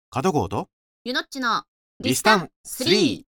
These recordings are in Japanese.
角郷とゆのっちのリスタン3。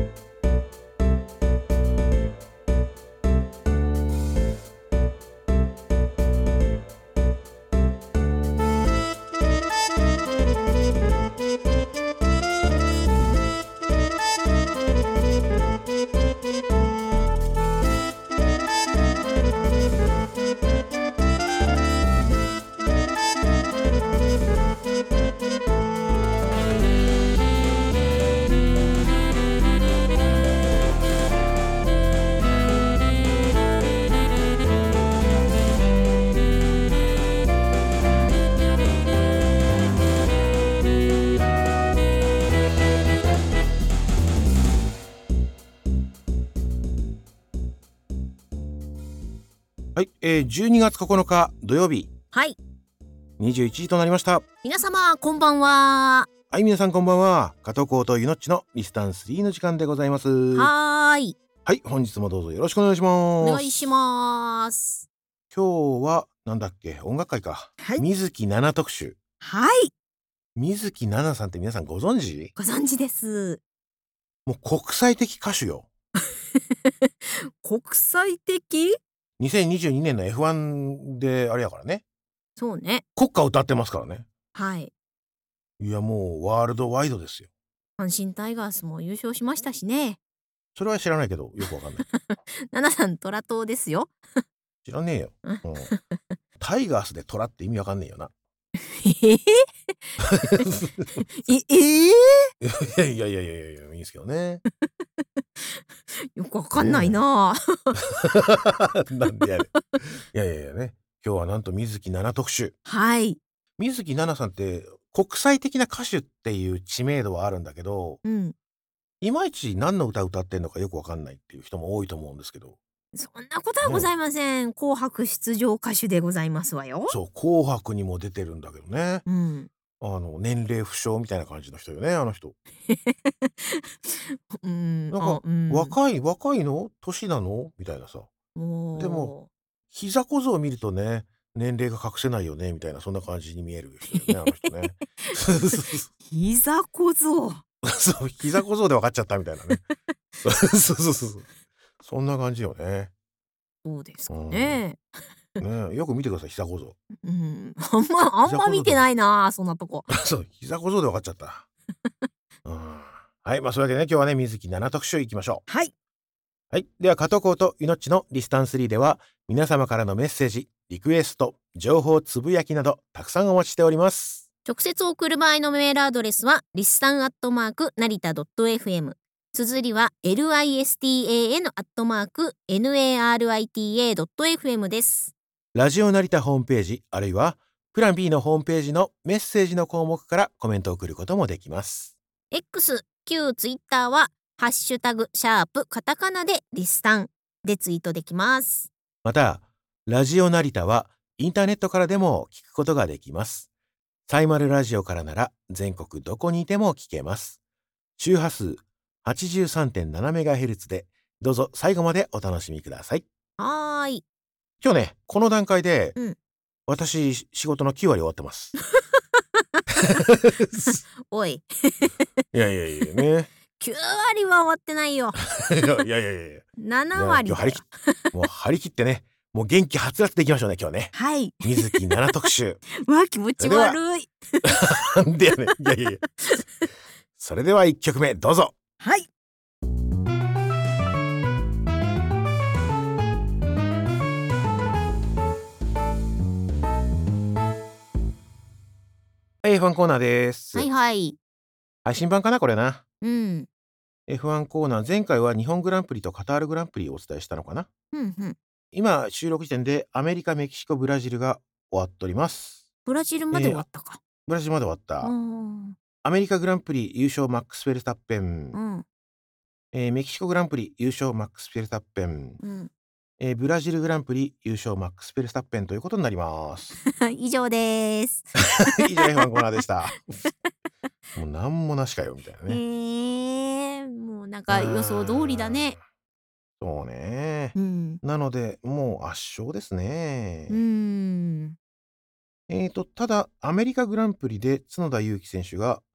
はい、12月9日土曜日はい、 21時となりました。 皆様こんばんは。 はい、皆さんこんばんは。角郷とゆのっちのリスタン3の時間でございます。 はーい、 はい、本日もどうぞよろしくお願いします。 お願いします。 今日はなんだっけ、音楽会か。 はい、 水木奈々特集。 はい、 水木奈々さんって皆さんご存知？ ご存知です。 もう国際的歌手よ。 国際的？ 2022年の F1 であれやからね。 そうね。 国歌歌ってますからね。 はい。 いやもうワールドワイドですよ。 阪神タイガースも優勝しましたしね。 それは知らないけどよくわかんない。 ナナさんトラ党ですよ。 知らねえよ。うん、タイガースでトラって意味わかんねえよな。いやいやいやいやいやいいんですけどね。 よくわかんないな。 なんでやねん。いやいやいやね。今日はなんと水木奈々特集。 はい。 水木奈々さんって国際的な歌手っていう知名度はあるんだけど、 うん。 いまいち何の歌歌ってんのかよくわかんないっていう人も多いと思うんですけど。 そんなことはございません。紅白出場歌手でございますわよ。 そう、紅白にも出てるんだけどね。 うん。 年齢不詳みたいな感じの人よね、あの人。 うん、 なんか、 うん。 若いの年なのみたいなさ。でも、 もう。 膝小僧を見るとね、年齢が隠せないよね、みたいな、そんな感じに見える人よね、あの人ね。 膝小僧。 そう、膝小僧で分かっちゃったみたいなね。そう。そんな感じよね。 そうですかうん。 ね。 ね、よく見てください、膝小僧。 うん、あん膝ま見て小僧で分かっないな、そんなとこ。 そう、膝小僧で分かっちゃった。うん。はい、そういうわけでね、今日はね、水木奈々特集いきましょう。 はい。 はい。では、加藤浩とゆのっちのリスタン3では、皆様からのメッセージ、リクエスト、情報つぶやきなど、たくさんお待ちしております。 直接送る場合のメールアドレスは、リスタンアットマーク成田 .fm。綴りは、listan アットマーク narita.fm です。 ラジオ成田ホームページ、あるいは、プラン B のホームページのメッセージの項目からコメントを送ることもできます。 X、旧ツイッターは、ハッシュタグ、シャープ、カタカナでリスタンでツイートできます。 また、ラジオ成田は、インターネットからでも聞くことができます。サイマルラジオからなら、全国どこにいても聞けます。周波数 83.7MHz で、どうぞ最後までお楽しみください。 はーい。 今日ね、この段階で、 うん。 私、仕事の9割終わってます。 おい。 いやね。 9割は終わってないよ。 いや。 7割だよ。 もう張り切ってね、もう元気はつらつでいきましょうね、今日ね。 はい。 水木奈々特集。 わ、気持ち悪い。 なんでやねん。いや。それでは1曲目、どうぞ。 はい。 F1 コーナーです。 はいはい。 配信版かなこれな。 うん。 F1 コーナー、前回は日本グランプリとカタールグランプリをお伝えしたのかな。 うんうん。 今、収録時点でアメリカ、メキシコ、ブラジルが終わっております。 ブラジルまで終わったか。 ブラジルまで終わっうた。 ん。 アメリカグランプリ優勝マックス・フェルスタッペン。 うん。 メキシコグランプリ優勝マックス・フェルスタッペン。 うん。 ブラジルグランプリ優勝マックス・フェルスタッペンということになります。 以上です。 以上 F1 コーナーでした。もうなんもなしかよみたいなね。 もうなんか予想通りだね。 そうね。 うん。 なのでもう圧勝ですね。 ん。 ただアメリカグランプリで角田裕毅選手が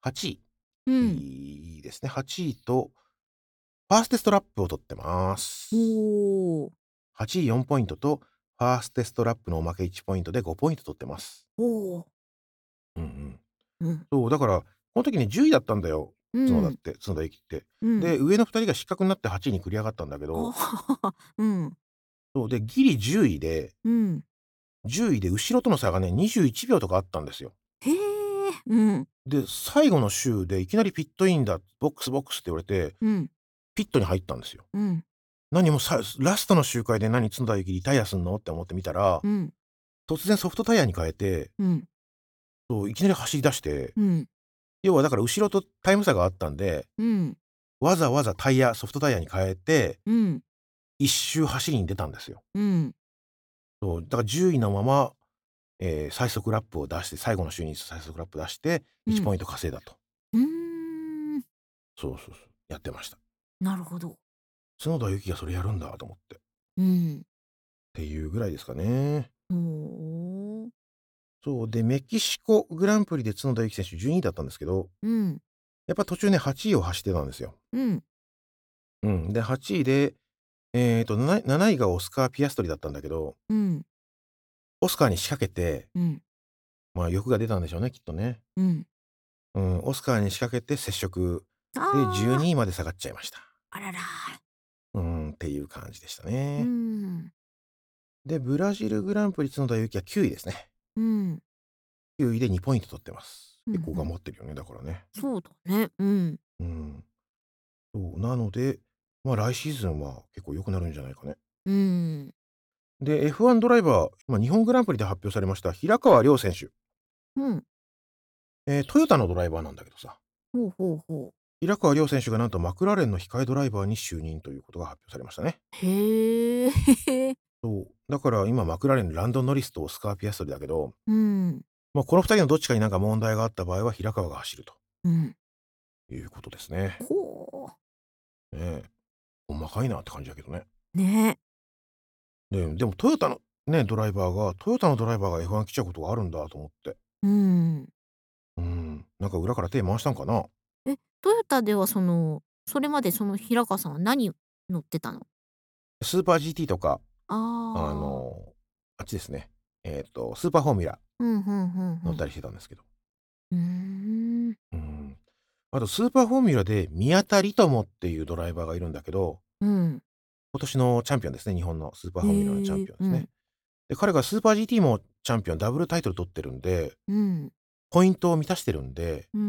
8 うん位ですね。8位と、ファーステストラップを取ってます。 おー 8位4ポイントと、ファーステストラップのおまけ1ポイントで5ポイント取ってます。 おーうんうん。 うんそう、だから、この時に10位だったんだよ。 うん角田ゆきって。 うんで、上の2人が失格になって8位に繰り上がったんだけあど、 ははうんそう、で、ギリ10位で、 うん 10位で後ろとの差がね、21秒とかあったんですよ。 へえうんで、最後の週でいきなりピットインだ、ボックスボックスって言われて、 うんピットに入ったんですよ。 うんラストの周回で角田ゆきリタイアすんのって思ってみたら、 うん突然ソフトタイヤに変えて、 うんそう、いきなり走り出して、 うん要はだから後ろとタイム差があったんで、 うんわざわざソフトタイヤに変えて、 うん一周走りに出たんですよ。 うんそう、だから10位のまま、最速ラップを出して、最後の週に最速ラップ出して、1 うんポイント稼いだと。 うーんそうそうそう、やってました。 なるほど角田ゆきがそれやるんだと思って。っうんていうぐらいですかね。 おーそう、で、メキシコグランプリで角田ゆき選手12位だったんですけど、 うんやっぱ途中ね、8位を走ってたんですよ。 うんうん。で、8位で、7位がオスカー・ピアストリだったんだけど、 うんオスカーに仕掛けて、 うんまあ、欲が出たんでしょうね、きっとね。 うんうん、オスカーに仕掛けて接触。で、12 あ位まで下がっちゃいました。 あららっていう感じでしたうね。 んで、ブラジルグランプリ角田ゆきは9位ですね。 うん 9位で2ポイント取ってます。結構頑うんうん張ってるよね、だからね。 そうだねうんうん。そう、なので、まあ、来シーズンは結構良くなるんじゃないかね。 うんで、F1 ドライバー、今日本グランプリで発表されました平川亮選手。 うんトヨタのドライバーなんだけどさ。 ほうほうほ平川亮選手がなんとマクラーレンの控えドライバーに就任ということが発表されましたね。 うへえそう。だから今マクラーレン、ランドン・ノリスとオスカー・ピアストリだけど、 うんまあ、この2人のどっちかになんか問題があった場合は平川が走るとうんいうことですね。 ほねえ。細かいなって感じだけどね。 うねでもトヨタのね、トヨタのドライバーが F1 来ちゃうことがあるんだと思って。 うんなんか裏から手回したんかな。 トヨタではそれまでその平川さんは何乗ってたの？ スーパー GT とか、あああ。 の、あっちですね。スーパーフォーミュラうん、ふんふんふん。 乗ったりしてたんですけど。 うーん。 うん。あとスーパーフォーミュラで宮田理友っていうドライバーがいるんだけど、 うん。 今年のチャンピオンですね、日本のスーパーへフォーミュラのチャンえ、うん、 ピオンですね。で、彼がスーパー GT もチャンピオン、ダブルタイトル取ってるんで、 うん、 ポイントを満たしてるんで、 うん。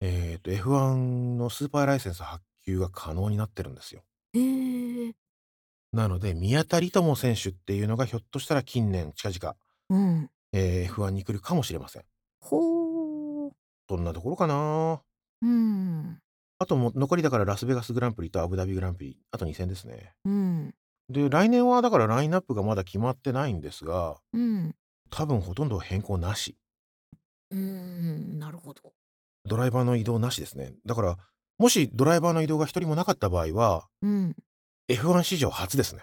F1 のスーパーライセンス発給が可能になってるんですよ。 へえ。 なので、宮田理友選手っていうのがひょっとしたら近年近々、 うん。 F1 に来るかもしれません。 ほう。 そんなところかな。 うん、 あともう残りだからラスベガスグランプリとアブダビグランプリ、あと2戦ですね。 うん、 で、来年はだからラインナップがまだ決まってないんですが、 うん。 多分ほとんど変更なし。 なるほど。 ドライバーの移動なしですね。だから、もしドライバーの移動が一人もなかった場合は、 うん。 F1 史上初ですね。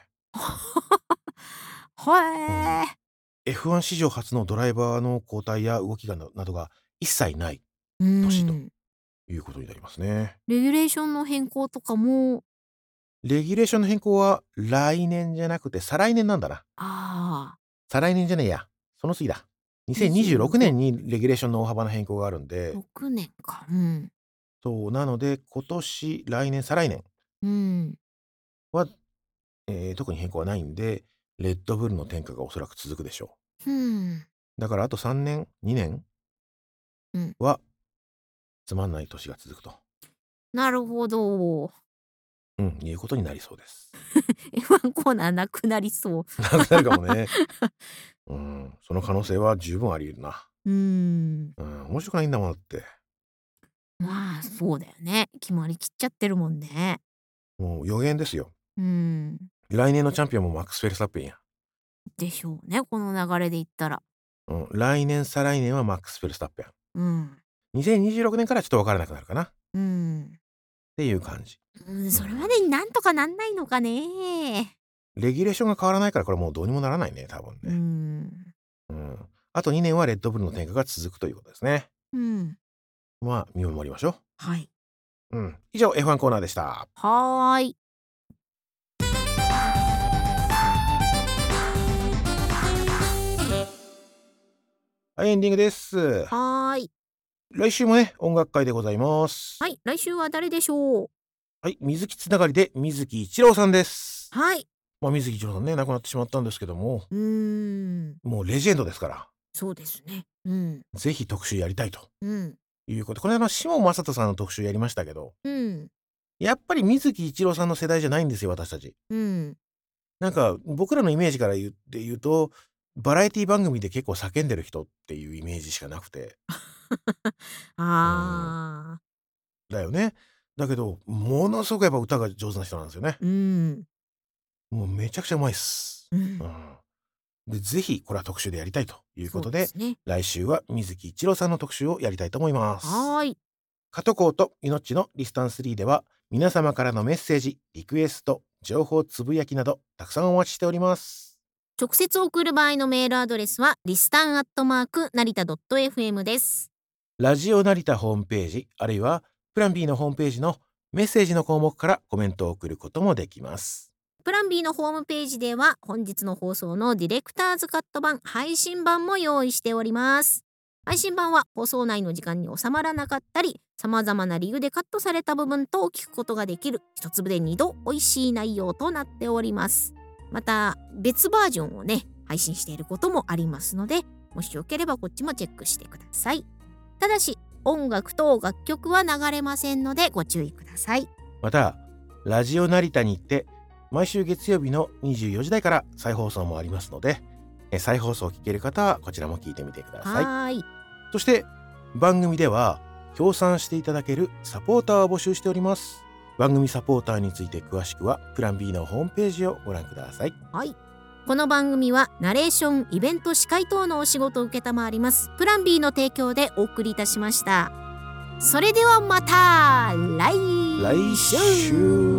うん。 はえ。 F1 史上初のドライバーの交代や動きがなどが一切ないう年とん。 いうことになりますね。 レギュレーションの変更とかもレギュレーションの変更は来年じゃなくて再来年なんだな。 ああ、 再来年じゃねえや。その次だ。2026 26 年にレギュレーションの大幅な変更があるんで、 6年か。うん。 そう、なので今年、来年、再来年うん。 は、特に変更はないんで、レッドブルの天下がおそらく続くでしょふん。 う。だからあと3年、2年うん。 はつまんない年が続くと、 なるほど。 いうことになりそうです。 F1 コーナーなくなりそう。 なくなるかもね。その可能性は十分あり得るな。 うーん。 面白くないんだもんだって。 まあ、そうだよね。決まりきっちゃってるもんね。 もう予言ですよ。 うーん。 来年のチャンピオンもマックス・フェルスタッペンや。 でしょうね、この流れで言ったら。 来年、再来年はマックス・フェルスタッペン。 うん。 2026年からちょっと分からなくなるかなっうん。 ていう感じ。 それまでになんとかなんないのかね。 レギュレーションが変わらないからこれもうどうにもならないね、多分うーね。 ん。 あと2年はレッドブルの天下が続くということですね。 うん。 見守りましょはい。 う。以上 F1 コーナーでした。 はーい。 はい、エンディングです。 はーい。 来週もね、音楽会でございます。 はい、来週は誰でしょう？ はい、水木つながりで水木一郎さんです。 はい。 水木一郎さんね、亡くなってしまったんですけども、もうレジェンドですから、 そうですね。 ぜひ特集やりたいとうん。 いうことで、これ下正人さんの特集やりましたけど、 うん。 やっぱり水木一郎さんの世代じゃないんですよ、私たち。 うん。 なんか僕らのイメージから言うと、バラエティ番組で結構叫んでる人っていうイメージしかなくて。うん。 ああ。 だよね。だけど、ものすごくやっぱ歌が上手な人なんですよね。 うん。 もうめちゃくちゃうまいっす。 うん。 で、ぜひこれは特集でやりたいというそことで、 うですね。 来週は水木一郎さんの特集をやりたいと思います。 はーい。 加藤コーといのっちのリスタン3では、皆様からのメッセージ、リクエスト、情報つぶやきなどたくさんお待ちしております。 直接送る場合のメールアドレスはリスタンアットマーク成田 .fm です。 ラジオ成田ホームページ、あるいはプラン B のホームページのメッセージの項目からコメントを送ることもできます。 プラン B のホームページでは本日の放送のディレクターズカット版、配信版も用意しております。配信版は放送内の時間に収まらなかったり、様々な理由でカットされた部分と聞くことができる一粒で二度美味しい内容となっております。また別バージョンをね配信していることもありますので、もしよければこっちもチェックしてください。ただし音楽と楽曲は流れませんのでご注意ください。 また、ラジオ成田に行って毎週月曜日の24時台から再放送もありますので、再放送を聞ける方はこちらも聞いてみてください。 はーい。 そして番組では協賛していただけるサポーターを募集しております。番組サポーターについて詳しくはプラン B のホームページをご覧ください。 はい。この番組はナレーション、イベント、司会等のお仕事を受けたまわりますプラン B の提供でお送りいたしました。それではまた来来週